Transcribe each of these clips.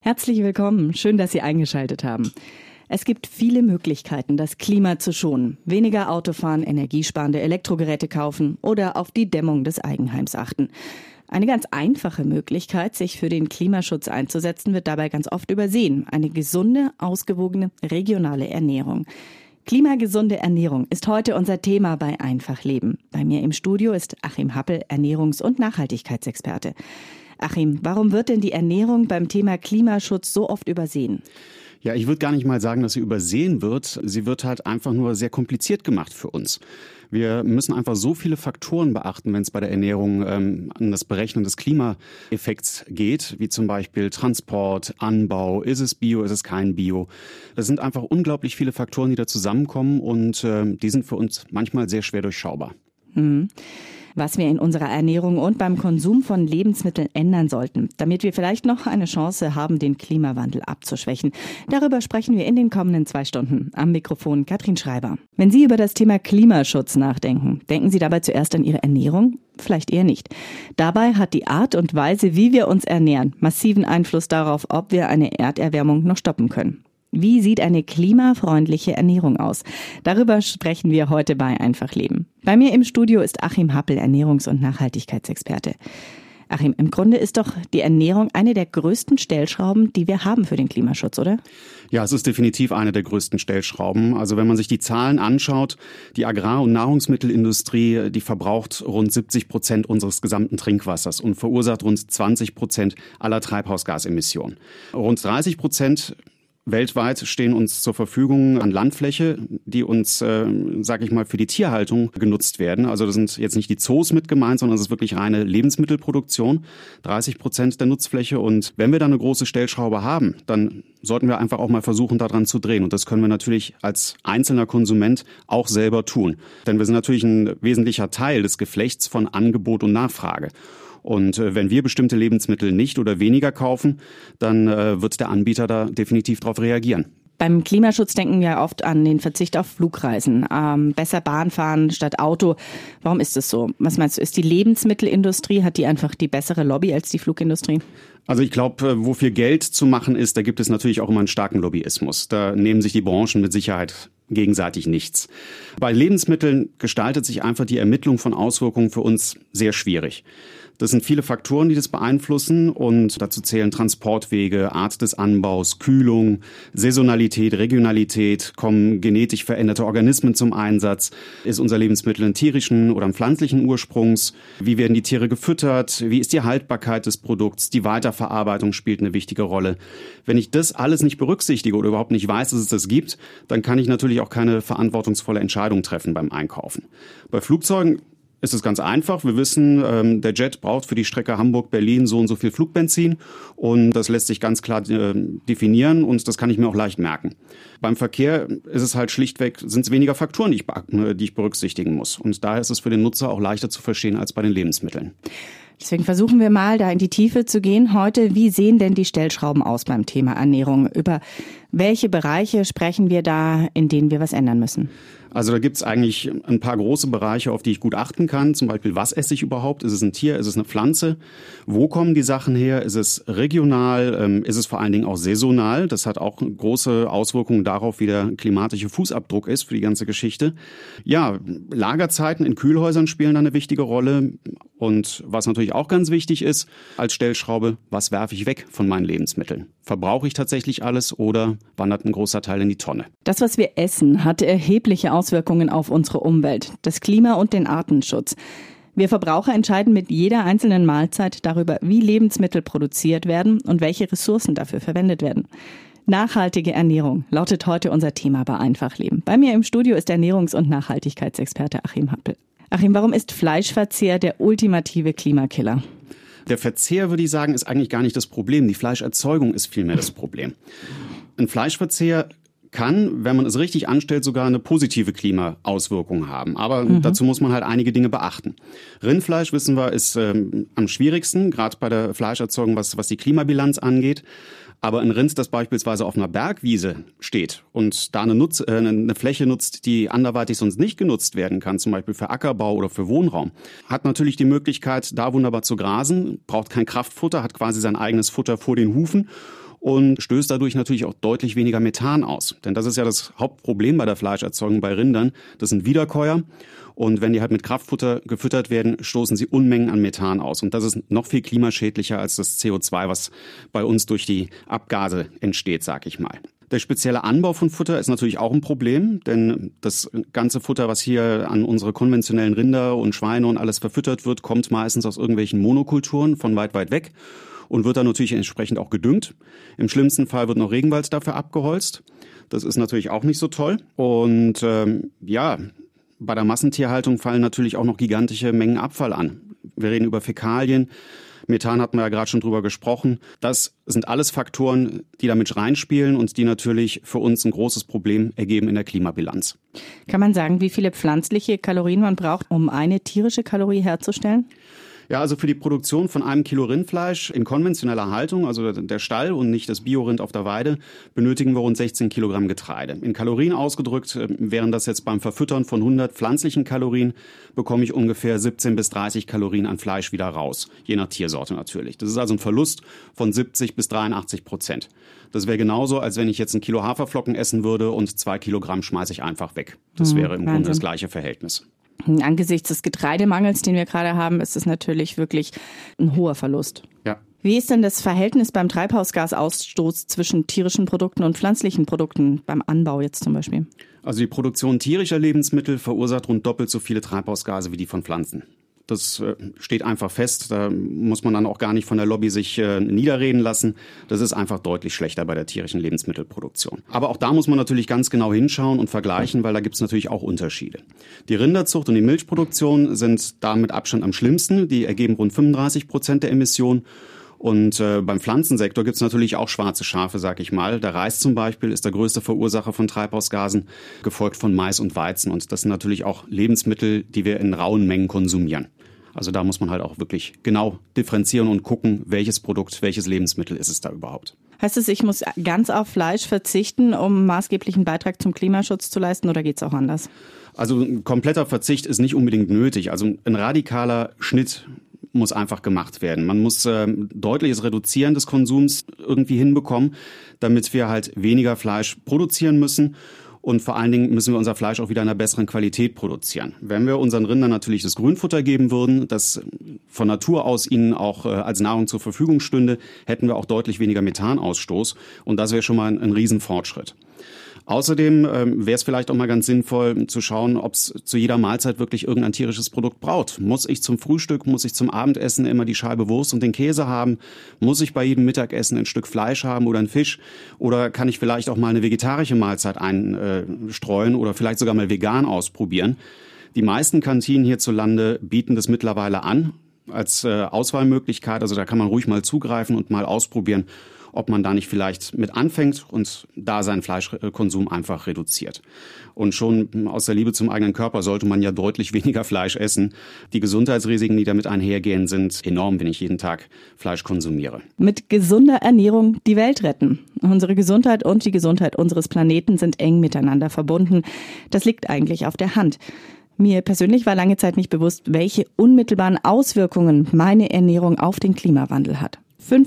Herzlich willkommen. Schön, dass Sie eingeschaltet haben. Es gibt viele Möglichkeiten, das Klima zu schonen. Weniger Autofahren, energiesparende Elektrogeräte kaufen oder auf die Dämmung des Eigenheims achten. Eine ganz einfache Möglichkeit, sich für den Klimaschutz einzusetzen, wird dabei ganz oft übersehen. Eine gesunde, ausgewogene, regionale Ernährung. Klimagesunde Ernährung ist heute unser Thema bei Einfach Leben. Bei mir im Studio ist Achim Happel, Ernährungs- und Nachhaltigkeitsexperte. Achim, warum wird denn die Ernährung beim Thema Klimaschutz so oft übersehen? Ja, ich würde gar nicht mal sagen, dass sie übersehen wird. Sie wird halt einfach nur sehr kompliziert gemacht für uns. Wir müssen einfach so viele Faktoren beachten, wenn es bei der Ernährung an das Berechnen des Klimaeffekts geht, wie zum Beispiel Transport, Anbau, ist es Bio, ist es kein Bio. Das sind einfach unglaublich viele Faktoren, die da zusammenkommen und die sind für uns manchmal sehr schwer durchschaubar. Was wir in unserer Ernährung und beim Konsum von Lebensmitteln ändern sollten, damit wir vielleicht noch eine Chance haben, den Klimawandel abzuschwächen. Darüber sprechen wir in den kommenden 2 Stunden. Am Mikrofon Katrin Schreiber. Wenn Sie über das Thema Klimaschutz nachdenken, denken Sie dabei zuerst an Ihre Ernährung? Vielleicht eher nicht. Dabei hat die Art und Weise, wie wir uns ernähren, massiven Einfluss darauf, ob wir eine Erderwärmung noch stoppen können. Wie sieht eine klimafreundliche Ernährung aus? Darüber sprechen wir heute bei Einfach Leben. Bei mir im Studio ist Achim Happel, Ernährungs- und Nachhaltigkeitsexperte. Achim, im Grunde ist doch die Ernährung eine der größten Stellschrauben, die wir haben für den Klimaschutz, oder? Ja, es ist definitiv eine der größten Stellschrauben. Also wenn man sich die Zahlen anschaut, die Agrar- und Nahrungsmittelindustrie, die verbraucht rund 70% unseres gesamten Trinkwassers und verursacht rund 20% aller Treibhausgasemissionen. Rund 30% weltweit stehen uns zur Verfügung an Landfläche, die uns, sage ich mal, für die Tierhaltung genutzt werden. Also das sind jetzt nicht die Zoos mit gemeint, sondern es ist wirklich reine Lebensmittelproduktion, 30% der Nutzfläche. Und wenn wir da eine große Stellschraube haben, dann sollten wir einfach auch mal versuchen, daran zu drehen. Und das können wir natürlich als einzelner Konsument auch selber tun. Denn wir sind natürlich ein wesentlicher Teil des Geflechts von Angebot und Nachfrage. Und wenn wir bestimmte Lebensmittel nicht oder weniger kaufen, dann wird der Anbieter da definitiv darauf reagieren. Beim Klimaschutz denken wir oft an den Verzicht auf Flugreisen, besser Bahn fahren statt Auto. Warum ist das so? Was meinst du, ist die Lebensmittelindustrie, hat die einfach die bessere Lobby als die Flugindustrie? Also ich glaube, wo viel Geld zu machen ist, da gibt es natürlich auch immer einen starken Lobbyismus. Da nehmen sich die Branchen mit Sicherheit gegenseitig nichts. Bei Lebensmitteln gestaltet sich einfach die Ermittlung von Auswirkungen für uns sehr schwierig. Das sind viele Faktoren, die das beeinflussen und dazu zählen Transportwege, Art des Anbaus, Kühlung, Saisonalität, Regionalität, kommen genetisch veränderte Organismen zum Einsatz, ist unser Lebensmittel einen tierischen oder einen pflanzlichen Ursprungs, wie werden die Tiere gefüttert, wie ist die Haltbarkeit des Produkts, die Weiterverarbeitung spielt eine wichtige Rolle. Wenn ich das alles nicht berücksichtige oder überhaupt nicht weiß, dass es das gibt, dann kann ich natürlich auch keine verantwortungsvolle Entscheidung treffen beim Einkaufen. Bei Flugzeugen ist es ganz einfach. Wir wissen, der Jet braucht für die Strecke Hamburg-Berlin so und so viel Flugbenzin und das lässt sich ganz klar definieren und das kann ich mir auch leicht merken. Beim Verkehr ist es halt schlichtweg, sind es weniger Faktoren, die ich berücksichtigen muss und daher ist es für den Nutzer auch leichter zu verstehen als bei den Lebensmitteln. Deswegen versuchen wir mal, da in die Tiefe zu gehen heute. Wie sehen denn die Stellschrauben aus beim Thema Ernährung? Über welche Bereiche sprechen wir da, in denen wir was ändern müssen? Also da gibt's eigentlich ein paar große Bereiche, auf die ich gut achten kann. Zum Beispiel, was esse ich überhaupt? Ist es ein Tier? Ist es eine Pflanze? Wo kommen die Sachen her? Ist es regional? Ist es vor allen Dingen auch saisonal? Das hat auch große Auswirkungen darauf, wie der klimatische Fußabdruck ist für die ganze Geschichte. Ja, Lagerzeiten in Kühlhäusern spielen da eine wichtige Rolle. Und was natürlich auch ganz wichtig ist, als Stellschraube, was werfe ich weg von meinen Lebensmitteln? Verbrauche ich tatsächlich alles oder wandert ein großer Teil in die Tonne? Das, was wir essen, hat erhebliche Auswirkungen auf unsere Umwelt, das Klima und den Artenschutz. Wir Verbraucher entscheiden mit jeder einzelnen Mahlzeit darüber, wie Lebensmittel produziert werden und welche Ressourcen dafür verwendet werden. Nachhaltige Ernährung lautet heute unser Thema bei Einfach Leben. Bei mir im Studio ist Ernährungs- und Nachhaltigkeitsexperte Achim Happel. Achim, warum ist Fleischverzehr der ultimative Klimakiller? Der Verzehr, würde ich sagen, ist eigentlich gar nicht das Problem. Die Fleischerzeugung ist vielmehr das Problem. Ein Fleischverzehr kann, wenn man es richtig anstellt, sogar eine positive Klimaauswirkung haben. Aber dazu muss man halt einige Dinge beachten. Rindfleisch, wissen wir, ist am schwierigsten, gerade bei der Fleischerzeugung, was die Klimabilanz angeht. Aber ein Rind, das beispielsweise auf einer Bergwiese steht und da eine Fläche nutzt, die anderweitig sonst nicht genutzt werden kann, zum Beispiel für Ackerbau oder für Wohnraum, hat natürlich die Möglichkeit, da wunderbar zu grasen, braucht kein Kraftfutter, hat quasi sein eigenes Futter vor den Hufen und stößt dadurch natürlich auch deutlich weniger Methan aus. Denn das ist ja das Hauptproblem bei der Fleischerzeugung bei Rindern. Das sind Wiederkäuer. Und wenn die halt mit Kraftfutter gefüttert werden, stoßen sie Unmengen an Methan aus. Und das ist noch viel klimaschädlicher als das CO2, was bei uns durch die Abgase entsteht, sag ich mal. Der spezielle Anbau von Futter ist natürlich auch ein Problem, denn das ganze Futter, was hier an unsere konventionellen Rinder und Schweine und alles verfüttert wird, kommt meistens aus irgendwelchen Monokulturen von weit, weit weg und wird dann natürlich entsprechend auch gedüngt. Im schlimmsten Fall wird noch Regenwald dafür abgeholzt. Das ist natürlich auch nicht so toll. Und bei der Massentierhaltung fallen natürlich auch noch gigantische Mengen Abfall an. Wir reden über Fäkalien. Methan hatten wir ja gerade schon drüber gesprochen. Das sind alles Faktoren, die damit reinspielen und die natürlich für uns ein großes Problem ergeben in der Klimabilanz. Kann man sagen, wie viele pflanzliche Kalorien man braucht, um eine tierische Kalorie herzustellen? Ja, also für die Produktion von einem Kilo Rindfleisch in konventioneller Haltung, also der Stall und nicht das Biorind auf der Weide, benötigen wir rund 16 Kilogramm Getreide. In Kalorien ausgedrückt wären das jetzt beim Verfüttern von 100 pflanzlichen Kalorien, bekomme ich ungefähr 17 bis 30 Kalorien an Fleisch wieder raus, je nach Tiersorte natürlich. Das ist also ein Verlust von 70 bis 83%. Das wäre genauso, als wenn ich jetzt ein Kilo Haferflocken essen würde und 2 Kilogramm schmeiße ich einfach weg. Das wäre im Grunde das gleiche Verhältnis. Angesichts des Getreidemangels, den wir gerade haben, ist es natürlich wirklich ein hoher Verlust. Ja. Wie ist denn das Verhältnis beim Treibhausgasausstoß zwischen tierischen Produkten und pflanzlichen Produkten, beim Anbau jetzt zum Beispiel? Also die Produktion tierischer Lebensmittel verursacht rund doppelt so viele Treibhausgase wie die von Pflanzen. Das steht einfach fest. Da muss man dann auch gar nicht von der Lobby sich niederreden lassen. Das ist einfach deutlich schlechter bei der tierischen Lebensmittelproduktion. Aber auch da muss man natürlich ganz genau hinschauen und vergleichen, weil da gibt es natürlich auch Unterschiede. Die Rinderzucht und die Milchproduktion sind da mit Abstand am schlimmsten. Die ergeben rund 35% der Emissionen. Und beim Pflanzensektor gibt es natürlich auch schwarze Schafe, sag ich mal. Der Reis zum Beispiel ist der größte Verursacher von Treibhausgasen, gefolgt von Mais und Weizen. Und das sind natürlich auch Lebensmittel, die wir in rauen Mengen konsumieren. Also da muss man halt auch wirklich genau differenzieren und gucken, welches Produkt, welches Lebensmittel ist es da überhaupt. Heißt es, ich muss ganz auf Fleisch verzichten, um maßgeblichen Beitrag zum Klimaschutz zu leisten, oder geht es auch anders? Also ein kompletter Verzicht ist nicht unbedingt nötig. Also ein radikaler Schnitt muss einfach gemacht werden. Man muss deutliches Reduzieren des Konsums irgendwie hinbekommen, damit wir halt weniger Fleisch produzieren müssen. Und vor allen Dingen müssen wir unser Fleisch auch wieder in einer besseren Qualität produzieren. Wenn wir unseren Rindern natürlich das Grünfutter geben würden, das von Natur aus ihnen auch als Nahrung zur Verfügung stünde, hätten wir auch deutlich weniger Methanausstoß. Und das wäre schon mal ein Riesenfortschritt. Außerdem wäre es vielleicht auch mal ganz sinnvoll zu schauen, ob es zu jeder Mahlzeit wirklich irgendein tierisches Produkt braucht. Muss ich zum Frühstück, muss ich zum Abendessen immer die Scheibe Wurst und den Käse haben? Muss ich bei jedem Mittagessen ein Stück Fleisch haben oder einen Fisch? Oder kann ich vielleicht auch mal eine vegetarische Mahlzeit einstreuen oder vielleicht sogar mal vegan ausprobieren? Die meisten Kantinen hierzulande bieten das mittlerweile an als Auswahlmöglichkeit. Also da kann man ruhig mal zugreifen und mal ausprobieren, ob man da nicht vielleicht mit anfängt und da seinen Fleischkonsum einfach reduziert. Und schon aus der Liebe zum eigenen Körper sollte man ja deutlich weniger Fleisch essen. Die Gesundheitsrisiken, die damit einhergehen, sind enorm, wenn ich jeden Tag Fleisch konsumiere. Mit gesunder Ernährung die Welt retten. Unsere Gesundheit und die Gesundheit unseres Planeten sind eng miteinander verbunden. Das liegt eigentlich auf der Hand. Mir persönlich war lange Zeit nicht bewusst, welche unmittelbaren Auswirkungen meine Ernährung auf den Klimawandel hat.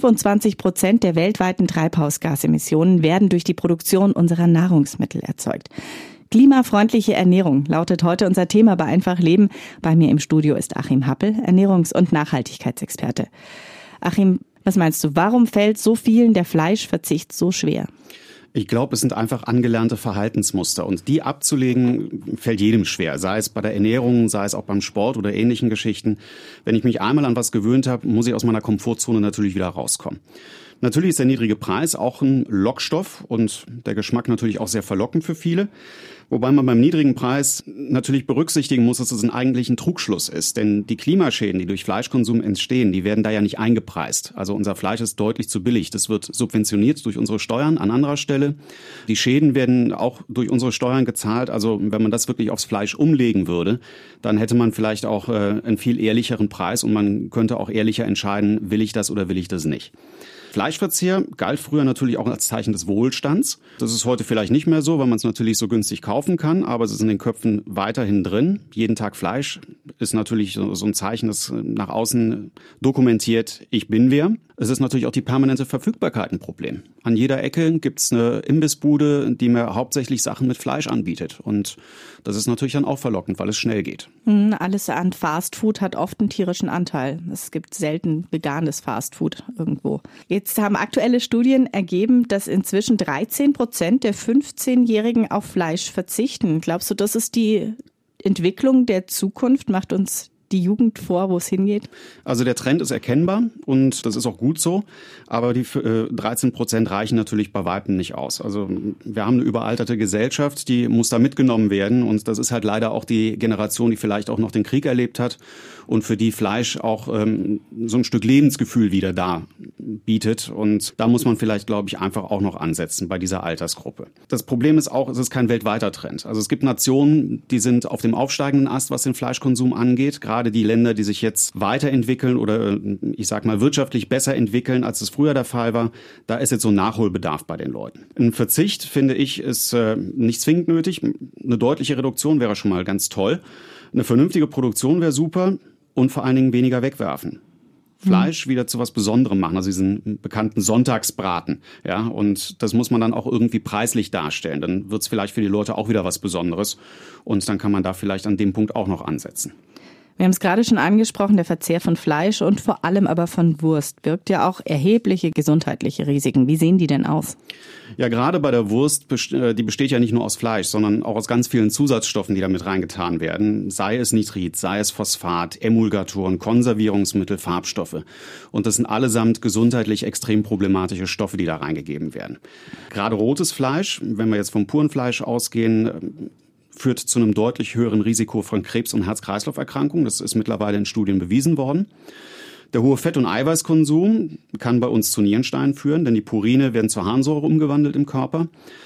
25% der weltweiten Treibhausgasemissionen werden durch die Produktion unserer Nahrungsmittel erzeugt. Klimafreundliche Ernährung lautet heute unser Thema bei Einfach Leben. Bei mir im Studio ist Achim Happel, Ernährungs- und Nachhaltigkeitsexperte. Achim, was meinst du, warum fällt so vielen der Fleischverzicht so schwer? Ich glaube, es sind einfach angelernte Verhaltensmuster und die abzulegen fällt jedem schwer, sei es bei der Ernährung, sei es auch beim Sport oder ähnlichen Geschichten. Wenn ich mich einmal an was gewöhnt habe, muss ich aus meiner Komfortzone natürlich wieder rauskommen. Natürlich ist der niedrige Preis auch ein Lockstoff und der Geschmack natürlich auch sehr verlockend für viele. Wobei man beim niedrigen Preis natürlich berücksichtigen muss, dass es eigentlich ein Trugschluss ist. Denn die Klimaschäden, die durch Fleischkonsum entstehen, die werden da ja nicht eingepreist. Also unser Fleisch ist deutlich zu billig. Das wird subventioniert durch unsere Steuern an anderer Stelle. Die Schäden werden auch durch unsere Steuern gezahlt. Also wenn man das wirklich aufs Fleisch umlegen würde, dann hätte man vielleicht auch einen viel ehrlicheren Preis und man könnte auch ehrlicher entscheiden, will ich das oder will ich das nicht. Fleischverzehr galt früher natürlich auch als Zeichen des Wohlstands. Das ist heute vielleicht nicht mehr so, weil man es natürlich so günstig kaufen kann, aber es ist in den Köpfen weiterhin drin. Jeden Tag Fleisch ist natürlich so ein Zeichen, das nach außen dokumentiert, ich bin wer. Es ist natürlich auch die permanente Verfügbarkeit ein Problem. An jeder Ecke gibt's eine Imbissbude, die mir hauptsächlich Sachen mit Fleisch anbietet. Und das ist natürlich dann auch verlockend, weil es schnell geht. Alles an Fastfood hat oft einen tierischen Anteil. Es gibt selten veganes Fastfood irgendwo. Jetzt haben aktuelle Studien ergeben, dass inzwischen 13% der 15-Jährigen auf Fleisch verzichten. Glaubst du, das ist die Entwicklung der Zukunft? Macht uns die Jugend vor, wo es hingeht? Also der Trend ist erkennbar und das ist auch gut so, aber die 13% reichen natürlich bei Weitem nicht aus. Also wir haben eine überalterte Gesellschaft, die muss da mitgenommen werden und das ist halt leider auch die Generation, die vielleicht auch noch den Krieg erlebt hat und für die Fleisch auch so ein Stück Lebensgefühl wieder da bietet und da muss man vielleicht, glaube ich, einfach auch noch ansetzen bei dieser Altersgruppe. Das Problem ist auch, es ist kein weltweiter Trend. Also es gibt Nationen, die sind auf dem aufsteigenden Ast, was den Fleischkonsum angeht, gerade die Länder, die sich jetzt weiterentwickeln oder ich sag mal wirtschaftlich besser entwickeln, als es früher der Fall war, da ist jetzt so ein Nachholbedarf bei den Leuten. Ein Verzicht, finde ich, ist nicht zwingend nötig. Eine deutliche Reduktion wäre schon mal ganz toll. Eine vernünftige Produktion wäre super und vor allen Dingen weniger wegwerfen. Fleisch wieder zu was Besonderem machen, also diesen bekannten Sonntagsbraten. Ja, und das muss man dann auch irgendwie preislich darstellen. Dann wird es vielleicht für die Leute auch wieder was Besonderes. Und dann kann man da vielleicht an dem Punkt auch noch ansetzen. Wir haben es gerade schon angesprochen, der Verzehr von Fleisch und vor allem aber von Wurst birgt ja auch erhebliche gesundheitliche Risiken. Wie sehen die denn aus? Ja, gerade bei der Wurst, die besteht ja nicht nur aus Fleisch, sondern auch aus ganz vielen Zusatzstoffen, die damit reingetan werden. Sei es Nitrit, sei es Phosphat, Emulgatoren, Konservierungsmittel, Farbstoffe. Und das sind allesamt gesundheitlich extrem problematische Stoffe, die da reingegeben werden. Gerade rotes Fleisch, wenn wir jetzt vom puren Fleisch ausgehen, führt zu einem deutlich höheren Risiko von Krebs- und Herz-Kreislauf-Erkrankungen. Das ist mittlerweile in Studien bewiesen worden. Der hohe Fett- und Eiweißkonsum kann bei uns zu Nierensteinen führen, denn die Purine werden zur Harnsäure umgewandelt im Körper.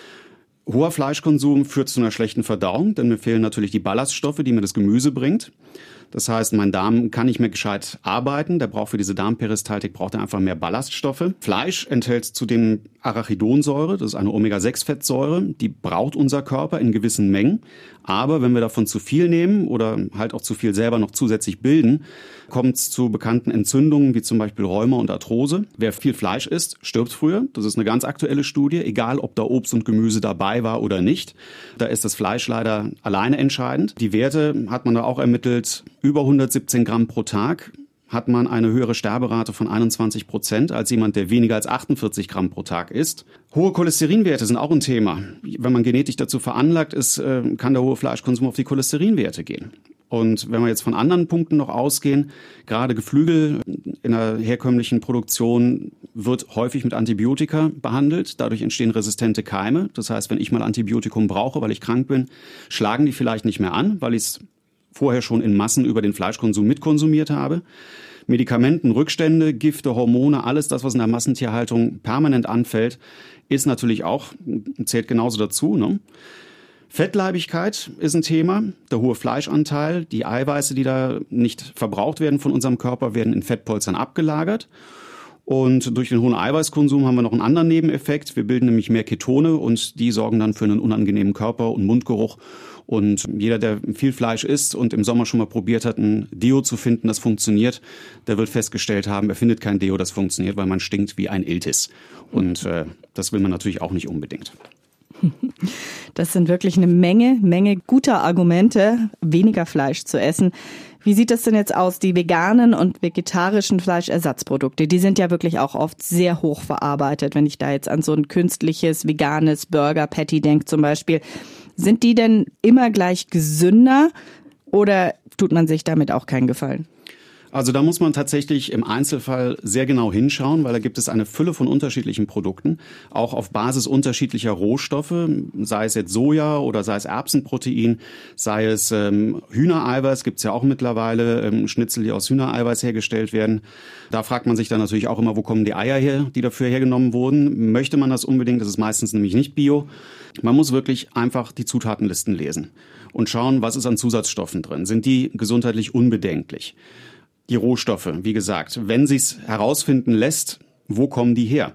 Hoher Fleischkonsum führt zu einer schlechten Verdauung, denn mir fehlen natürlich die Ballaststoffe, die mir das Gemüse bringt. Das heißt, mein Darm kann nicht mehr gescheit arbeiten. Der braucht für diese Darmperistaltik braucht er einfach mehr Ballaststoffe. Fleisch enthält zudem Arachidonsäure, das ist eine Omega-6-Fettsäure. Die braucht unser Körper in gewissen Mengen. Aber wenn wir davon zu viel nehmen oder halt auch zu viel selber noch zusätzlich bilden, kommt es zu bekannten Entzündungen wie zum Beispiel Rheuma und Arthrose. Wer viel Fleisch isst, stirbt früher. Das ist eine ganz aktuelle Studie, egal ob da Obst und Gemüse dabei war oder nicht. Da ist das Fleisch leider alleine entscheidend. Die Werte hat man da auch ermittelt. Über 117 Gramm pro Tag hat man eine höhere Sterberate von 21% als jemand, der weniger als 48 Gramm pro Tag isst. Hohe Cholesterinwerte sind auch ein Thema. Wenn man genetisch dazu veranlagt ist, kann der hohe Fleischkonsum auf die Cholesterinwerte gehen. Und wenn wir jetzt von anderen Punkten noch ausgehen, gerade Geflügel in der herkömmlichen Produktion wird häufig mit Antibiotika behandelt. Dadurch entstehen resistente Keime. Das heißt, wenn ich mal Antibiotikum brauche, weil ich krank bin, schlagen die vielleicht nicht mehr an, weil ich es vorher schon in Massen über den Fleischkonsum mitkonsumiert habe. Medikamenten, Rückstände, Gifte, Hormone, alles das, was in der Massentierhaltung permanent anfällt, ist natürlich auch, zählt genauso dazu, ne? Fettleibigkeit ist ein Thema, der hohe Fleischanteil, die Eiweiße, die da nicht verbraucht werden von unserem Körper, werden in Fettpolstern abgelagert. Und durch den hohen Eiweißkonsum haben wir noch einen anderen Nebeneffekt. Wir bilden nämlich mehr Ketone und die sorgen dann für einen unangenehmen Körper- und Mundgeruch. Und jeder, der viel Fleisch isst und im Sommer schon mal probiert hat, ein Deo zu finden, das funktioniert, der wird festgestellt haben, er findet kein Deo, das funktioniert, weil man stinkt wie ein Iltis. Und das will man natürlich auch nicht unbedingt. Das sind wirklich eine Menge guter Argumente, weniger Fleisch zu essen. Wie sieht das denn jetzt aus? Die veganen und vegetarischen Fleischersatzprodukte, die sind ja wirklich auch oft sehr hoch verarbeitet. Wenn ich da jetzt an so ein künstliches, veganes Burger-Patty denke zum Beispiel. Sind die denn immer gleich gesünder oder tut man sich damit auch keinen Gefallen? Also da muss man tatsächlich im Einzelfall sehr genau hinschauen, weil da gibt es eine Fülle von unterschiedlichen Produkten, auch auf Basis unterschiedlicher Rohstoffe, sei es jetzt Soja oder sei es Erbsenprotein, sei es Hühnereiweiß, gibt es ja auch mittlerweile, Schnitzel, die aus Hühnereiweiß hergestellt werden. Da fragt man sich dann natürlich auch immer, wo kommen die Eier her, die dafür hergenommen wurden. Möchte man das unbedingt? Das ist meistens nämlich nicht bio. Man muss wirklich einfach die Zutatenlisten lesen und schauen, was ist an Zusatzstoffen drin. Sind die gesundheitlich unbedenklich? Die Rohstoffe, wie gesagt, wenn sich's herausfinden lässt, wo kommen die her?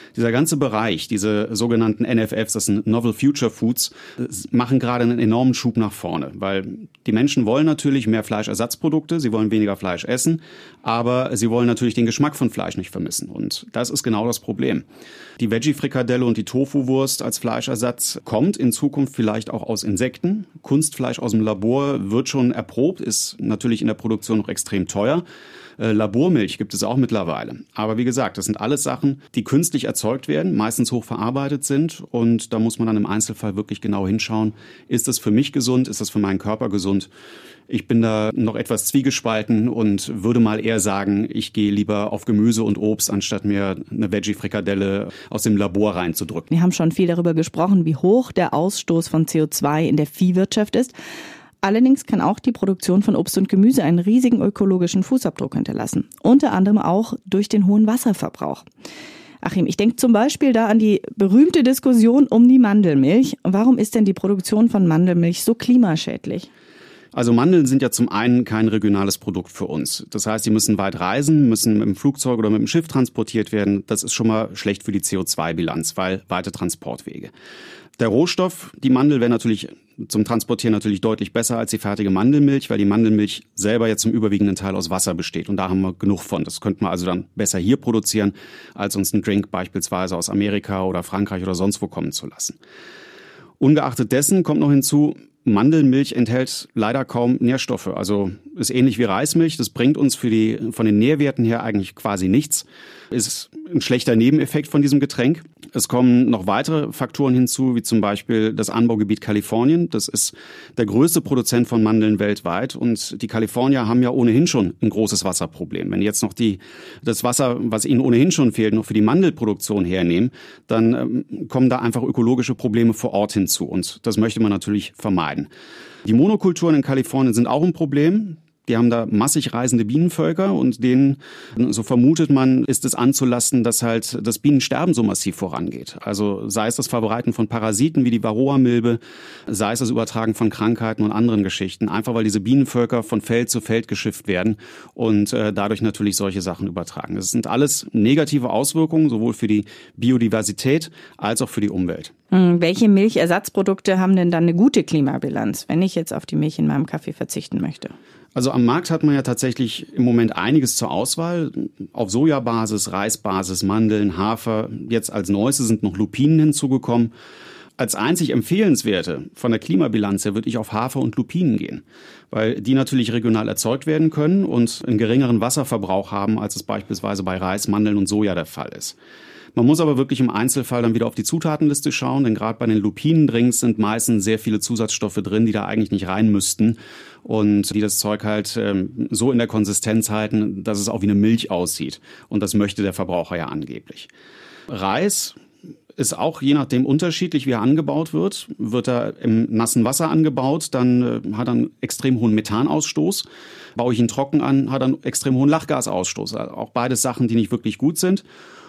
Dieser ganze Bereich, diese sogenannten NFFs, das sind Novel Future Foods, machen gerade einen enormen Schub nach vorne, weil die Menschen wollen natürlich mehr Fleischersatzprodukte, sie wollen weniger Fleisch essen, aber sie wollen natürlich den Geschmack von Fleisch nicht vermissen. Und das ist genau das Problem. Die Veggie-Frikadelle und die Tofu-Wurst als Fleischersatz kommt in Zukunft vielleicht auch aus Insekten. Kunstfleisch aus dem Labor wird schon erprobt, ist natürlich in der Produktion noch extrem teuer. Labormilch gibt es auch mittlerweile. Aber wie gesagt, das sind alles Sachen, die künstlich erzeugt werden, meistens hochverarbeitet sind. Und da muss man dann im Einzelfall wirklich genau hinschauen, ist das für mich gesund, ist das für meinen Körper gesund? Ich bin da noch etwas zwiegespalten und würde mal eher sagen, ich gehe lieber auf Gemüse und Obst, anstatt mir eine Veggie-Frikadelle aus dem Labor reinzudrücken. Wir haben schon viel darüber gesprochen, wie hoch der Ausstoß von CO2 in der Viehwirtschaft ist. Allerdings kann auch die Produktion von Obst und Gemüse einen riesigen ökologischen Fußabdruck hinterlassen. Unter anderem auch durch den hohen Wasserverbrauch. Achim, ich denke zum Beispiel da an die berühmte Diskussion um die Mandelmilch. Warum ist denn die Produktion von Mandelmilch so klimaschädlich? Also Mandeln sind ja zum einen kein regionales Produkt für uns. Das heißt, sie müssen weit reisen, müssen mit dem Flugzeug oder mit dem Schiff transportiert werden. Das ist schon mal schlecht für die CO2-Bilanz, weil weite Transportwege. Der Rohstoff, die Mandel, wäre natürlich zum Transportieren natürlich deutlich besser als die fertige Mandelmilch, weil die Mandelmilch selber jetzt zum überwiegenden Teil aus Wasser besteht. Und da haben wir genug von. Das könnten wir also dann besser hier produzieren, als uns einen Drink beispielsweise aus Amerika oder Frankreich oder sonst wo kommen zu lassen. Ungeachtet dessen kommt noch hinzu, Mandelmilch enthält leider kaum Nährstoffe. Also ist ähnlich wie Reismilch. Das bringt uns von den Nährwerten her eigentlich quasi nichts. Ist ein schlechter Nebeneffekt von diesem Getränk. Es kommen noch weitere Faktoren hinzu, wie zum Beispiel das Anbaugebiet Kalifornien. Das ist der größte Produzent von Mandeln weltweit. Und die Kalifornier haben ja ohnehin schon ein großes Wasserproblem. Wenn jetzt noch das Wasser, was ihnen ohnehin schon fehlt, noch für die Mandelproduktion hernehmen, dann kommen da einfach ökologische Probleme vor Ort hinzu. Und das möchte man natürlich vermeiden. Die Monokulturen in Kalifornien sind auch ein Problem. Die haben da massig reisende Bienenvölker und denen, so vermutet man, ist es anzulasten, dass halt das Bienensterben so massiv vorangeht. Also sei es das Verbreiten von Parasiten wie die Varroa-Milbe, sei es das Übertragen von Krankheiten und anderen Geschichten. Einfach weil diese Bienenvölker von Feld zu Feld geschifft werden und dadurch natürlich solche Sachen übertragen. Das sind alles negative Auswirkungen, sowohl für die Biodiversität als auch für die Umwelt. Welche Milchersatzprodukte haben denn dann eine gute Klimabilanz, wenn ich jetzt auf die Milch in meinem Kaffee verzichten möchte? Also am Markt hat man ja tatsächlich im Moment einiges zur Auswahl. Auf Sojabasis, Reisbasis, Mandeln, Hafer. Jetzt als Neueste sind noch Lupinen hinzugekommen. Als einzig Empfehlenswerte von der Klimabilanz her würde ich auf Hafer und Lupinen gehen, weil die natürlich regional erzeugt werden können und einen geringeren Wasserverbrauch haben, als es beispielsweise bei Reis, Mandeln und Soja der Fall ist. Man muss aber wirklich im Einzelfall dann wieder auf die Zutatenliste schauen, denn gerade bei den Lupinendrinks sind meistens sehr viele Zusatzstoffe drin, die da eigentlich nicht rein müssten und die das Zeug halt so in der Konsistenz halten, dass es auch wie eine Milch aussieht. Und das möchte der Verbraucher ja angeblich. Reis ist auch je nachdem unterschiedlich, wie er angebaut wird. Wird er im nassen Wasser angebaut, dann hat er einen extrem hohen Methanausstoß. Baue ich ihn trocken an, hat er einen extrem hohen Lachgasausstoß. Also auch beides Sachen, die nicht wirklich gut sind.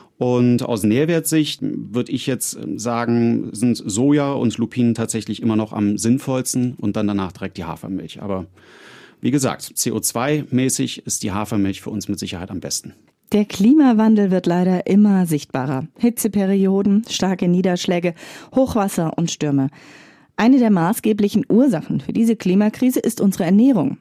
Und aus Nährwertsicht würde ich jetzt sagen, sind Soja und Lupinen tatsächlich immer noch am sinnvollsten und dann danach direkt die Hafermilch. Aber wie gesagt, CO2-mäßig ist die Hafermilch für uns mit Sicherheit am besten. Der Klimawandel wird leider immer sichtbarer. Hitzeperioden, starke Niederschläge, Hochwasser und Stürme. Eine der maßgeblichen Ursachen für diese Klimakrise ist unsere Ernährung.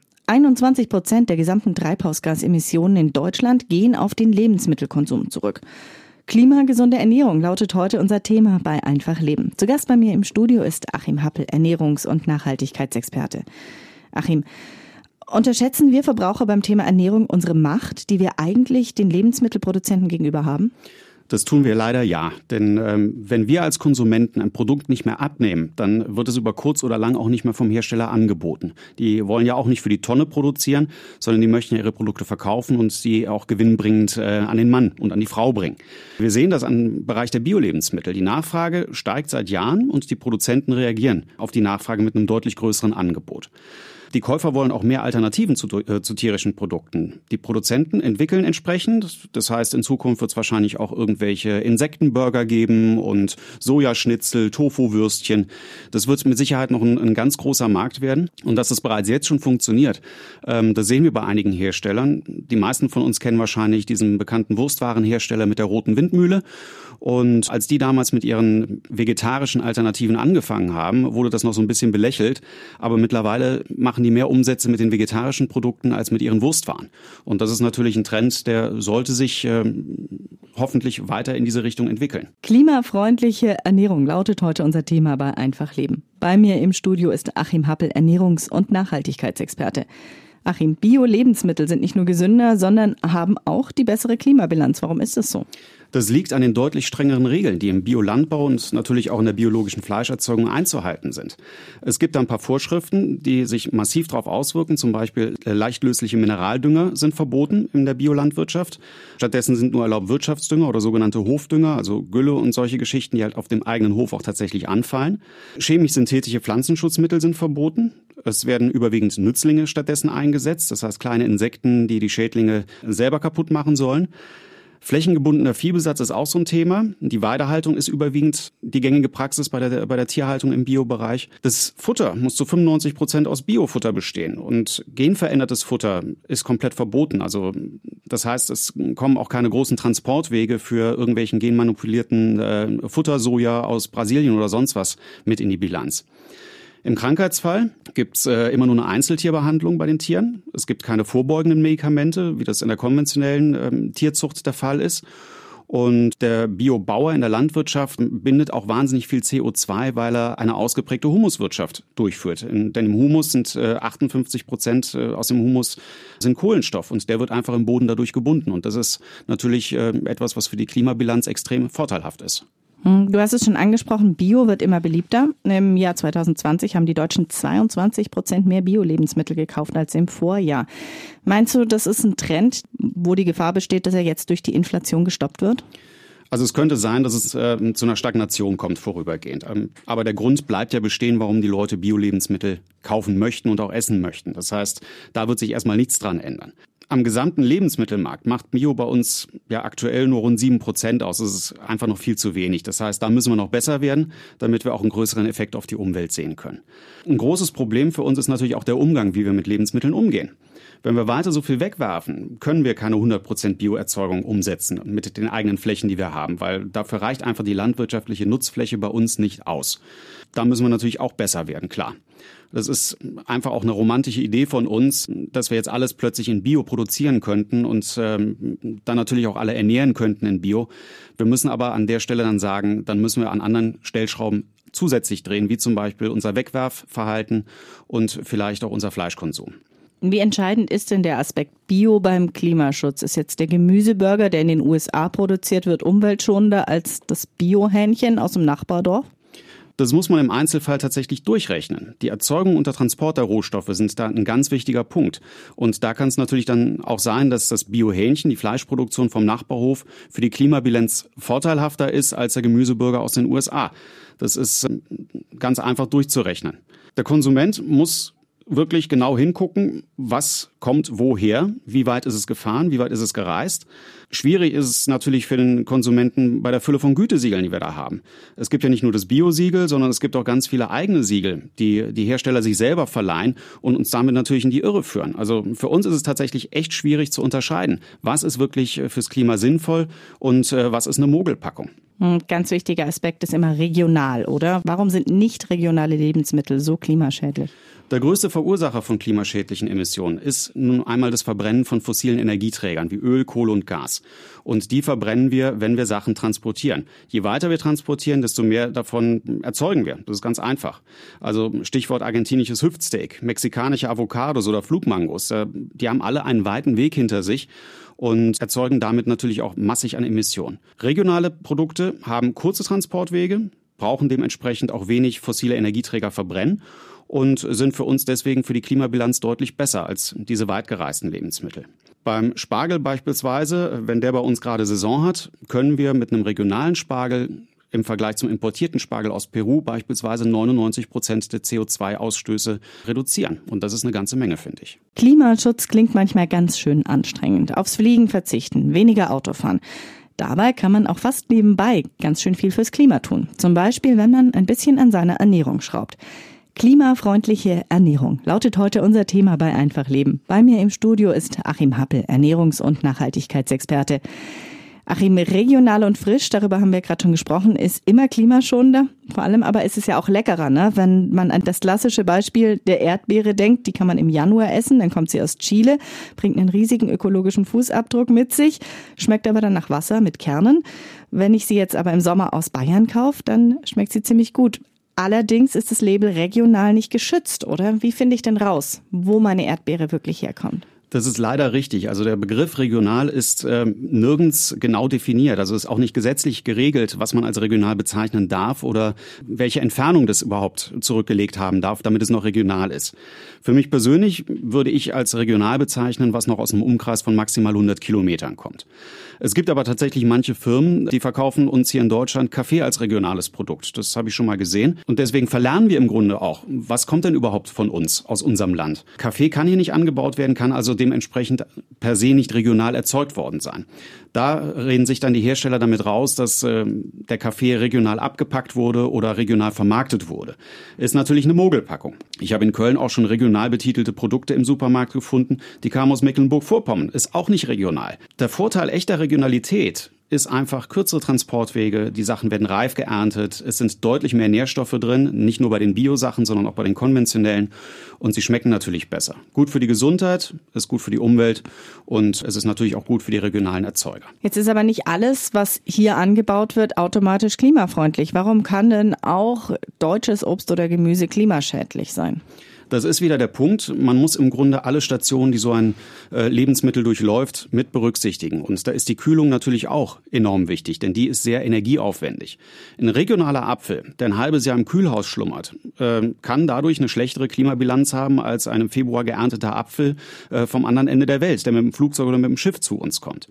21% der gesamten Treibhausgasemissionen in Deutschland gehen auf den Lebensmittelkonsum zurück. Klimagesunde Ernährung lautet heute unser Thema bei Einfach Leben. Zu Gast bei mir im Studio ist Achim Happel, Ernährungs- und Nachhaltigkeitsexperte. Achim, unterschätzen wir Verbraucher beim Thema Ernährung unsere Macht, die wir eigentlich den Lebensmittelproduzenten gegenüber haben? Das tun wir leider ja, denn wenn wir als Konsumenten ein Produkt nicht mehr abnehmen, dann wird es über kurz oder lang auch nicht mehr vom Hersteller angeboten. Die wollen ja auch nicht für die Tonne produzieren, sondern die möchten ja ihre Produkte verkaufen und sie auch gewinnbringend an den Mann und an die Frau bringen. Wir sehen das im Bereich der Bio-Lebensmittel. Die Nachfrage steigt seit Jahren und die Produzenten reagieren auf die Nachfrage mit einem deutlich größeren Angebot. Die Käufer wollen auch mehr Alternativen zu tierischen Produkten. Die Produzenten entwickeln entsprechend. Das heißt, in Zukunft wird es wahrscheinlich auch irgendwelche Insektenburger geben und Sojaschnitzel, Tofu-Würstchen. Das wird mit Sicherheit noch ein ganz großer Markt werden. Und dass das bereits jetzt schon funktioniert, das sehen wir bei einigen Herstellern. Die meisten von uns kennen wahrscheinlich diesen bekannten Wurstwarenhersteller mit der roten Windmühle. Und als die damals mit ihren vegetarischen Alternativen angefangen haben, wurde das noch so ein bisschen belächelt. Aber mittlerweile machen die mehr Umsätze mit den vegetarischen Produkten als mit ihren Wurstwaren. Und das ist natürlich ein Trend, der sollte sich hoffentlich weiter in diese Richtung entwickeln. Klimafreundliche Ernährung lautet heute unser Thema bei Einfach Leben. Bei mir im Studio ist Achim Happel, Ernährungs- und Nachhaltigkeitsexperte. Achim, Bio-Lebensmittel sind nicht nur gesünder, sondern haben auch die bessere Klimabilanz. Warum ist das so? Das liegt an den deutlich strengeren Regeln, die im Biolandbau und natürlich auch in der biologischen Fleischerzeugung einzuhalten sind. Es gibt da ein paar Vorschriften, die sich massiv darauf auswirken. Zum Beispiel leicht lösliche Mineraldünger sind verboten in der Biolandwirtschaft. Stattdessen sind nur erlaubt Wirtschaftsdünger oder sogenannte Hofdünger, also Gülle und solche Geschichten, die halt auf dem eigenen Hof auch tatsächlich anfallen. Chemisch-synthetische Pflanzenschutzmittel sind verboten. Es werden überwiegend Nützlinge stattdessen eingesetzt, das heißt kleine Insekten, die die Schädlinge selber kaputt machen sollen. Flächengebundener Viehbesatz ist auch so ein Thema. Die Weidehaltung ist überwiegend die gängige Praxis bei der Tierhaltung im Biobereich. Das Futter muss zu 95% aus Biofutter bestehen. Und genverändertes Futter ist komplett verboten. Also das heißt, es kommen auch keine großen Transportwege für irgendwelchen genmanipulierten Futtersoja aus Brasilien oder sonst was mit in die Bilanz. Im Krankheitsfall gibt's immer nur eine Einzeltierbehandlung bei den Tieren. Es gibt keine vorbeugenden Medikamente, wie das in der konventionellen Tierzucht der Fall ist. Und der Biobauer in der Landwirtschaft bindet auch wahnsinnig viel CO2, weil er eine ausgeprägte Humuswirtschaft durchführt. Denn im Humus sind 58% aus dem Humus sind Kohlenstoff und der wird einfach im Boden dadurch gebunden. Und das ist natürlich etwas, was für die Klimabilanz extrem vorteilhaft ist. Du hast es schon angesprochen, Bio wird immer beliebter. Im Jahr 2020 haben die Deutschen 22% mehr Bio-Lebensmittel gekauft als im Vorjahr. Meinst du, das ist ein Trend, wo die Gefahr besteht, dass er jetzt durch die Inflation gestoppt wird? Also es könnte sein, dass es zu einer Stagnation kommt vorübergehend. Aber der Grund bleibt ja bestehen, warum die Leute Bio-Lebensmittel kaufen möchten und auch essen möchten. Das heißt, da wird sich erstmal nichts dran ändern. Am gesamten Lebensmittelmarkt macht Bio bei uns ja aktuell nur rund 7% aus. Das ist einfach noch viel zu wenig. Das heißt, da müssen wir noch besser werden, damit wir auch einen größeren Effekt auf die Umwelt sehen können. Ein großes Problem für uns ist natürlich auch der Umgang, wie wir mit Lebensmitteln umgehen. Wenn wir weiter so viel wegwerfen, können wir keine 100% Bioerzeugung umsetzen mit den eigenen Flächen, die wir haben, weil dafür reicht einfach die landwirtschaftliche Nutzfläche bei uns nicht aus. Da müssen wir natürlich auch besser werden, klar. Das ist einfach auch eine romantische Idee von uns, dass wir jetzt alles plötzlich in Bio produzieren könnten und dann natürlich auch alle ernähren könnten in Bio. Wir müssen aber an der Stelle dann sagen, dann müssen wir an anderen Stellschrauben zusätzlich drehen, wie zum Beispiel unser Wegwerfverhalten und vielleicht auch unser Fleischkonsum. Wie entscheidend ist denn der Aspekt Bio beim Klimaschutz? Ist jetzt der Gemüseburger, der in den USA produziert wird, umweltschonender als das Biohähnchen aus dem Nachbardorf? Das muss man im Einzelfall tatsächlich durchrechnen. Die Erzeugung und der Transport der Rohstoffe sind da ein ganz wichtiger Punkt. Und da kann es natürlich dann auch sein, dass das Biohähnchen, die Fleischproduktion vom Nachbarhof, für die Klimabilanz vorteilhafter ist als der Gemüseburger aus den USA. Das ist ganz einfach durchzurechnen. Der Konsument muss wirklich genau hingucken, was kommt woher, wie weit ist es gefahren, wie weit ist es gereist. Schwierig ist es natürlich für den Konsumenten bei der Fülle von Gütesiegeln, die wir da haben. Es gibt ja nicht nur das Bio-Siegel, sondern es gibt auch ganz viele eigene Siegel, die die Hersteller sich selber verleihen und uns damit natürlich in die Irre führen. Also für uns ist es tatsächlich echt schwierig zu unterscheiden, was ist wirklich fürs Klima sinnvoll und was ist eine Mogelpackung. Ganz wichtiger Aspekt ist immer regional, oder? Warum sind nicht regionale Lebensmittel so klimaschädlich? Der größte Verursacher von klimaschädlichen Emissionen ist nun einmal das Verbrennen von fossilen Energieträgern wie Öl, Kohle und Gas. Und die verbrennen wir, wenn wir Sachen transportieren. Je weiter wir transportieren, desto mehr davon erzeugen wir. Das ist ganz einfach. Also Stichwort argentinisches Hüftsteak, mexikanische Avocados oder Flugmangos. Die haben alle einen weiten Weg hinter sich und erzeugen damit natürlich auch massig an Emissionen. Regionale Produkte haben kurze Transportwege, brauchen dementsprechend auch wenig fossile Energieträger verbrennen und sind für uns deswegen für die Klimabilanz deutlich besser als diese weitgereisten Lebensmittel. Beim Spargel beispielsweise, wenn der bei uns gerade Saison hat, können wir mit einem regionalen Spargel im Vergleich zum importierten Spargel aus Peru beispielsweise 99% der CO2-Ausstöße reduzieren. Und das ist eine ganze Menge, finde ich. Klimaschutz klingt manchmal ganz schön anstrengend. Aufs Fliegen verzichten, weniger Auto fahren. Dabei kann man auch fast nebenbei ganz schön viel fürs Klima tun. Zum Beispiel, wenn man ein bisschen an seiner Ernährung schraubt. Klimafreundliche Ernährung lautet heute unser Thema bei Einfach Leben. Bei mir im Studio ist Achim Happel, Ernährungs- und Nachhaltigkeitsexperte. Achim, regional und frisch, darüber haben wir gerade schon gesprochen, ist immer klimaschonender. Vor allem aber ist es ja auch leckerer, ne? Wenn man an das klassische Beispiel der Erdbeere denkt, die kann man im Januar essen, dann kommt sie aus Chile, bringt einen riesigen ökologischen Fußabdruck mit sich, schmeckt aber dann nach Wasser mit Kernen. Wenn ich sie jetzt aber im Sommer aus Bayern kaufe, dann schmeckt sie ziemlich gut. Allerdings ist das Label regional nicht geschützt, oder? Wie finde ich denn raus, wo meine Erdbeere wirklich herkommt? Das ist leider richtig. Also der Begriff regional ist nirgends genau definiert. Also ist auch nicht gesetzlich geregelt, was man als regional bezeichnen darf oder welche Entfernung das überhaupt zurückgelegt haben darf, damit es noch regional ist. Für mich persönlich würde ich als regional bezeichnen, was noch aus einem Umkreis von maximal 100 Kilometern kommt. Es gibt aber tatsächlich manche Firmen, die verkaufen uns hier in Deutschland Kaffee als regionales Produkt. Das habe ich schon mal gesehen. Und deswegen verlernen wir im Grunde auch, was kommt denn überhaupt von uns, aus unserem Land. Kaffee kann hier nicht angebaut werden, kann also dementsprechend per se nicht regional erzeugt worden sein. Da reden sich dann die Hersteller damit raus, dass der Kaffee regional abgepackt wurde oder regional vermarktet wurde. Ist natürlich eine Mogelpackung. Ich habe in Köln auch schon regional betitelte Produkte im Supermarkt gefunden, die kamen aus Mecklenburg-Vorpommern. Ist auch nicht regional. Der Vorteil echter Regionalität ist einfach kürzere Transportwege, die Sachen werden reif geerntet, es sind deutlich mehr Nährstoffe drin, nicht nur bei den Bio-Sachen, sondern auch bei den konventionellen und sie schmecken natürlich besser. Gut für die Gesundheit, ist gut für die Umwelt und es ist natürlich auch gut für die regionalen Erzeuger. Jetzt ist aber nicht alles, was hier angebaut wird, automatisch klimafreundlich. Warum kann denn auch deutsches Obst oder Gemüse klimaschädlich sein? Das ist wieder der Punkt. Man muss im Grunde alle Stationen, die so ein Lebensmittel durchläuft, mit berücksichtigen. Und da ist die Kühlung natürlich auch enorm wichtig, denn die ist sehr energieaufwendig. Ein regionaler Apfel, der ein halbes Jahr im Kühlhaus schlummert, kann dadurch eine schlechtere Klimabilanz haben als ein im Februar geernteter Apfel vom anderen Ende der Welt, der mit dem Flugzeug oder mit dem Schiff zu uns kommt.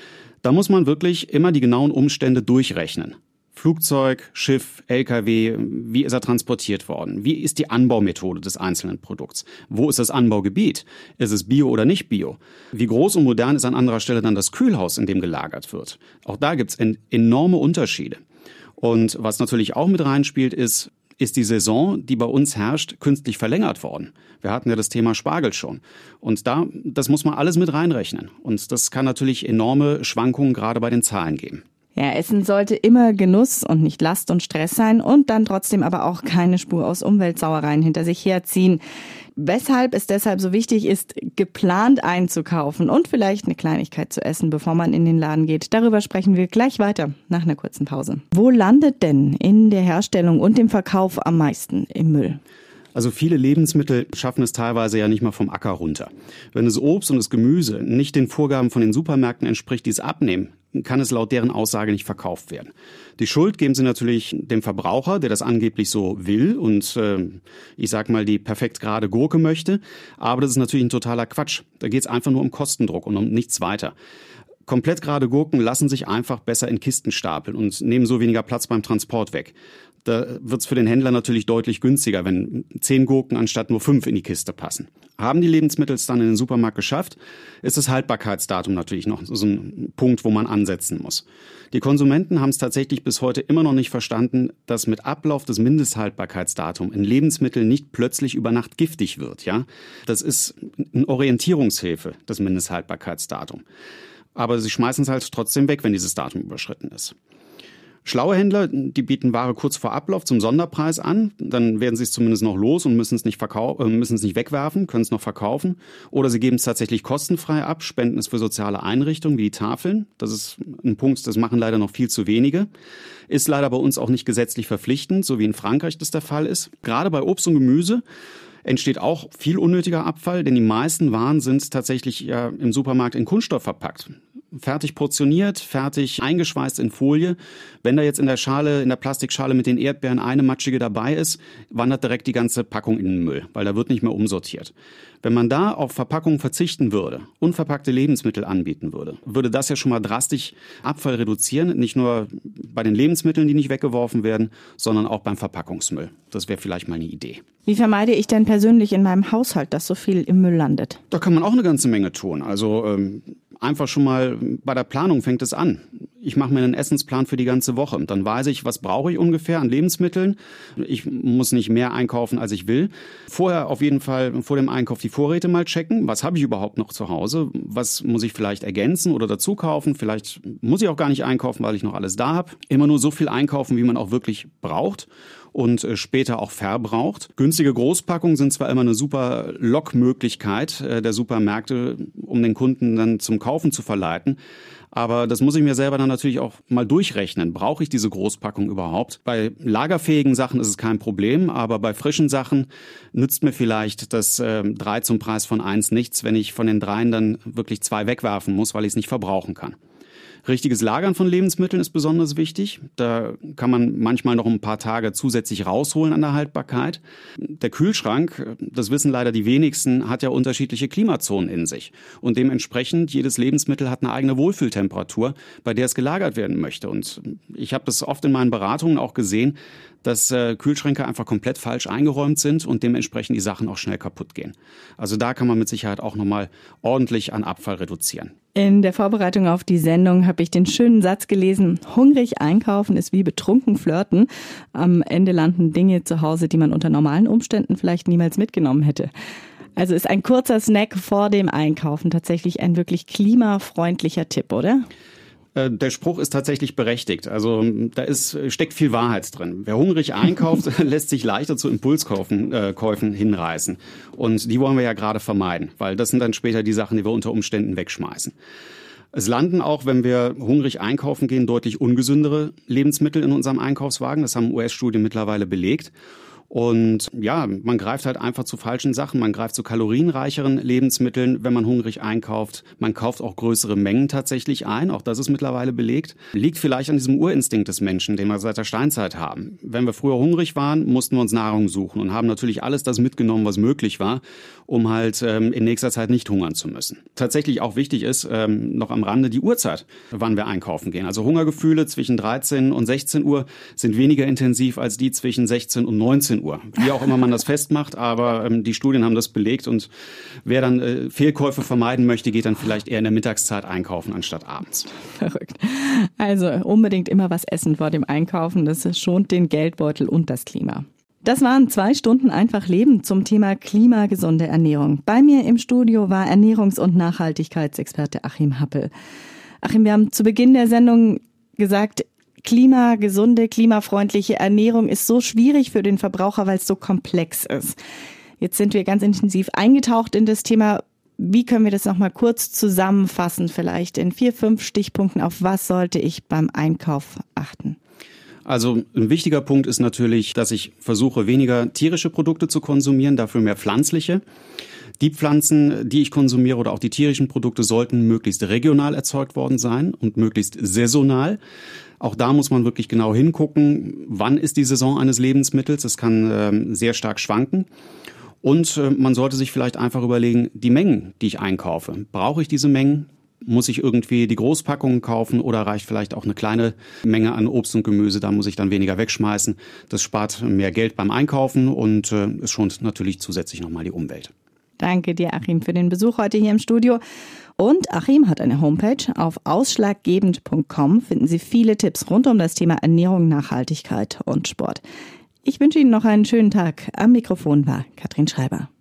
Da muss man wirklich immer die genauen Umstände durchrechnen. Flugzeug, Schiff, LKW, wie ist er transportiert worden? Wie ist die Anbaumethode des einzelnen Produkts? Wo ist das Anbaugebiet? Ist es Bio oder nicht Bio? Wie groß und modern ist an anderer Stelle dann das Kühlhaus, in dem gelagert wird? Auch da gibt es enorme Unterschiede. Und was natürlich auch mit reinspielt, ist die Saison, die bei uns herrscht, künstlich verlängert worden. Wir hatten ja das Thema Spargel schon. Und das muss man alles mit reinrechnen. Und das kann natürlich enorme Schwankungen gerade bei den Zahlen geben. Ja, Essen sollte immer Genuss und nicht Last und Stress sein und dann trotzdem aber auch keine Spur aus Umweltsauereien hinter sich herziehen. Weshalb es deshalb so wichtig ist, geplant einzukaufen und vielleicht eine Kleinigkeit zu essen, bevor man in den Laden geht. Darüber sprechen wir gleich weiter nach einer kurzen Pause. Wo landet denn in der Herstellung und dem Verkauf am meisten im Müll? Also viele Lebensmittel schaffen es teilweise ja nicht mal vom Acker runter. Wenn das Obst und das Gemüse nicht den Vorgaben von den Supermärkten entspricht, die es abnehmen, kann es laut deren Aussage nicht verkauft werden. Die Schuld geben sie natürlich dem Verbraucher, der das angeblich so will und ich sag mal die perfekt gerade Gurke möchte. Aber das ist natürlich ein totaler Quatsch. Da geht es einfach nur um Kostendruck und um nichts weiter. Komplett gerade Gurken lassen sich einfach besser in Kisten stapeln und nehmen so weniger Platz beim Transport weg. Da wird es für den Händler natürlich deutlich günstiger, wenn 10 Gurken anstatt nur 5 in die Kiste passen. Haben die Lebensmittel es dann in den Supermarkt geschafft, ist das Haltbarkeitsdatum natürlich noch so ein Punkt, wo man ansetzen muss. Die Konsumenten haben es tatsächlich bis heute immer noch nicht verstanden, dass mit Ablauf des Mindesthaltbarkeitsdatums ein Lebensmittel nicht plötzlich über Nacht giftig wird. Ja, das ist eine Orientierungshilfe, das Mindesthaltbarkeitsdatum. Aber sie schmeißen es halt trotzdem weg, wenn dieses Datum überschritten ist. Schlaue Händler, die bieten Ware kurz vor Ablauf zum Sonderpreis an. Dann werden sie es zumindest noch los und müssen es nicht wegwerfen, können es noch verkaufen. Oder sie geben es tatsächlich kostenfrei ab, spenden es für soziale Einrichtungen wie die Tafeln. Das ist ein Punkt, das machen leider noch viel zu wenige. Ist leider bei uns auch nicht gesetzlich verpflichtend, so wie in Frankreich das der Fall ist. Gerade bei Obst und Gemüse entsteht auch viel unnötiger Abfall, denn die meisten Waren sind tatsächlich im Supermarkt in Kunststoff verpackt. fertig portioniert, fertig eingeschweißt in Folie. Wenn da jetzt in der Plastikschale mit den Erdbeeren eine matschige dabei ist, wandert direkt die ganze Packung in den Müll, weil da wird nicht mehr umsortiert. Wenn man da auf Verpackungen verzichten würde, unverpackte Lebensmittel anbieten würde, würde das ja schon mal drastisch Abfall reduzieren. Nicht nur bei den Lebensmitteln, die nicht weggeworfen werden, sondern auch beim Verpackungsmüll. Das wäre vielleicht mal eine Idee. Wie vermeide ich denn persönlich in meinem Haushalt, dass so viel im Müll landet? Da kann man auch eine ganze Menge tun. Also einfach schon mal bei der Planung fängt es an. Ich mache mir einen Essensplan für die ganze Woche. Dann weiß ich, was brauche ich ungefähr an Lebensmitteln. Ich muss nicht mehr einkaufen, als ich will. Vorher auf jeden Fall vor dem Einkauf die Vorräte mal checken. Was habe ich überhaupt noch zu Hause? Was muss ich vielleicht ergänzen oder dazu kaufen? Vielleicht muss ich auch gar nicht einkaufen, weil ich noch alles da habe. Immer nur so viel einkaufen, wie man auch wirklich braucht und später auch verbraucht. Günstige Großpackungen sind zwar immer eine super Lockmöglichkeit der Supermärkte, um den Kunden dann zum Kaufen zu verleiten. Aber das muss ich mir selber dann natürlich auch mal durchrechnen. Brauche ich diese Großpackung überhaupt? Bei lagerfähigen Sachen ist es kein Problem, aber bei frischen Sachen nützt mir vielleicht das 3 zum Preis von 1 nichts, wenn ich von den 3 dann wirklich 2 wegwerfen muss, weil ich es nicht verbrauchen kann. Richtiges Lagern von Lebensmitteln ist besonders wichtig. Da kann man manchmal noch ein paar Tage zusätzlich rausholen an der Haltbarkeit. Der Kühlschrank, das wissen leider die wenigsten, hat ja unterschiedliche Klimazonen in sich. Und dementsprechend, jedes Lebensmittel hat eine eigene Wohlfühltemperatur, bei der es gelagert werden möchte. Und ich habe das oft in meinen Beratungen auch gesehen, dass Kühlschränke einfach komplett falsch eingeräumt sind und dementsprechend die Sachen auch schnell kaputt gehen. Also da kann man mit Sicherheit auch nochmal ordentlich an Abfall reduzieren. In der Vorbereitung auf die Sendung habe ich den schönen Satz gelesen: Hungrig einkaufen ist wie betrunken flirten. Am Ende landen Dinge zu Hause, die man unter normalen Umständen vielleicht niemals mitgenommen hätte. Also ist ein kurzer Snack vor dem Einkaufen tatsächlich ein wirklich klimafreundlicher Tipp, oder? Der Spruch ist tatsächlich berechtigt. Also da steckt viel Wahrheit drin. Wer hungrig einkauft, lässt sich leichter zu Impulskäufen hinreißen. Und die wollen wir ja gerade vermeiden, weil das sind dann später die Sachen, die wir unter Umständen wegschmeißen. Es landen auch, wenn wir hungrig einkaufen gehen, deutlich ungesündere Lebensmittel in unserem Einkaufswagen. Das haben US-Studien mittlerweile belegt. Und ja, man greift halt einfach zu falschen Sachen. Man greift zu kalorienreicheren Lebensmitteln, wenn man hungrig einkauft. Man kauft auch größere Mengen tatsächlich ein. Auch das ist mittlerweile belegt. Liegt vielleicht an diesem Urinstinkt des Menschen, den wir seit der Steinzeit haben. Wenn wir früher hungrig waren, mussten wir uns Nahrung suchen und haben natürlich alles das mitgenommen, was möglich war, um halt in nächster Zeit nicht hungern zu müssen. Tatsächlich auch wichtig ist, noch am Rande, die Uhrzeit, wann wir einkaufen gehen. Also Hungergefühle zwischen 13 und 16 Uhr sind weniger intensiv als die zwischen 16 und 19 Uhr. Wie auch immer man das festmacht, aber die Studien haben das belegt und wer dann Fehlkäufe vermeiden möchte, geht dann vielleicht eher in der Mittagszeit einkaufen anstatt abends. Verrückt. Also unbedingt immer was essen vor dem Einkaufen, das schont den Geldbeutel und das Klima. Das waren 2 Stunden einfach Leben zum Thema klimagesunde Ernährung. Bei mir im Studio war Ernährungs- und Nachhaltigkeitsexperte Achim Happel. Achim, wir haben zu Beginn der Sendung gesagt, klimagesunde, klimafreundliche Ernährung ist so schwierig für den Verbraucher, weil es so komplex ist. Jetzt sind wir ganz intensiv eingetaucht in das Thema. Wie können wir das nochmal kurz zusammenfassen, vielleicht in 4, 5 Stichpunkten? Auf was sollte ich beim Einkauf achten? Also ein wichtiger Punkt ist natürlich, dass ich versuche, weniger tierische Produkte zu konsumieren, dafür mehr pflanzliche. Die Pflanzen, die ich konsumiere oder auch die tierischen Produkte sollten möglichst regional erzeugt worden sein und möglichst saisonal. Auch da muss man wirklich genau hingucken, wann ist die Saison eines Lebensmittels. Das kann sehr stark schwanken. Und man sollte sich vielleicht einfach überlegen, die Mengen, die ich einkaufe. Brauche ich diese Mengen? Muss ich irgendwie die Großpackungen kaufen oder reicht vielleicht auch eine kleine Menge an Obst und Gemüse? Da muss ich dann weniger wegschmeißen. Das spart mehr Geld beim Einkaufen und es schont natürlich zusätzlich nochmal die Umwelt. Danke dir, Achim, für den Besuch heute hier im Studio. Und Achim hat eine Homepage. Auf ausschlaggebend.com finden Sie viele Tipps rund um das Thema Ernährung, Nachhaltigkeit und Sport. Ich wünsche Ihnen noch einen schönen Tag. Am Mikrofon war Katrin Schreiber.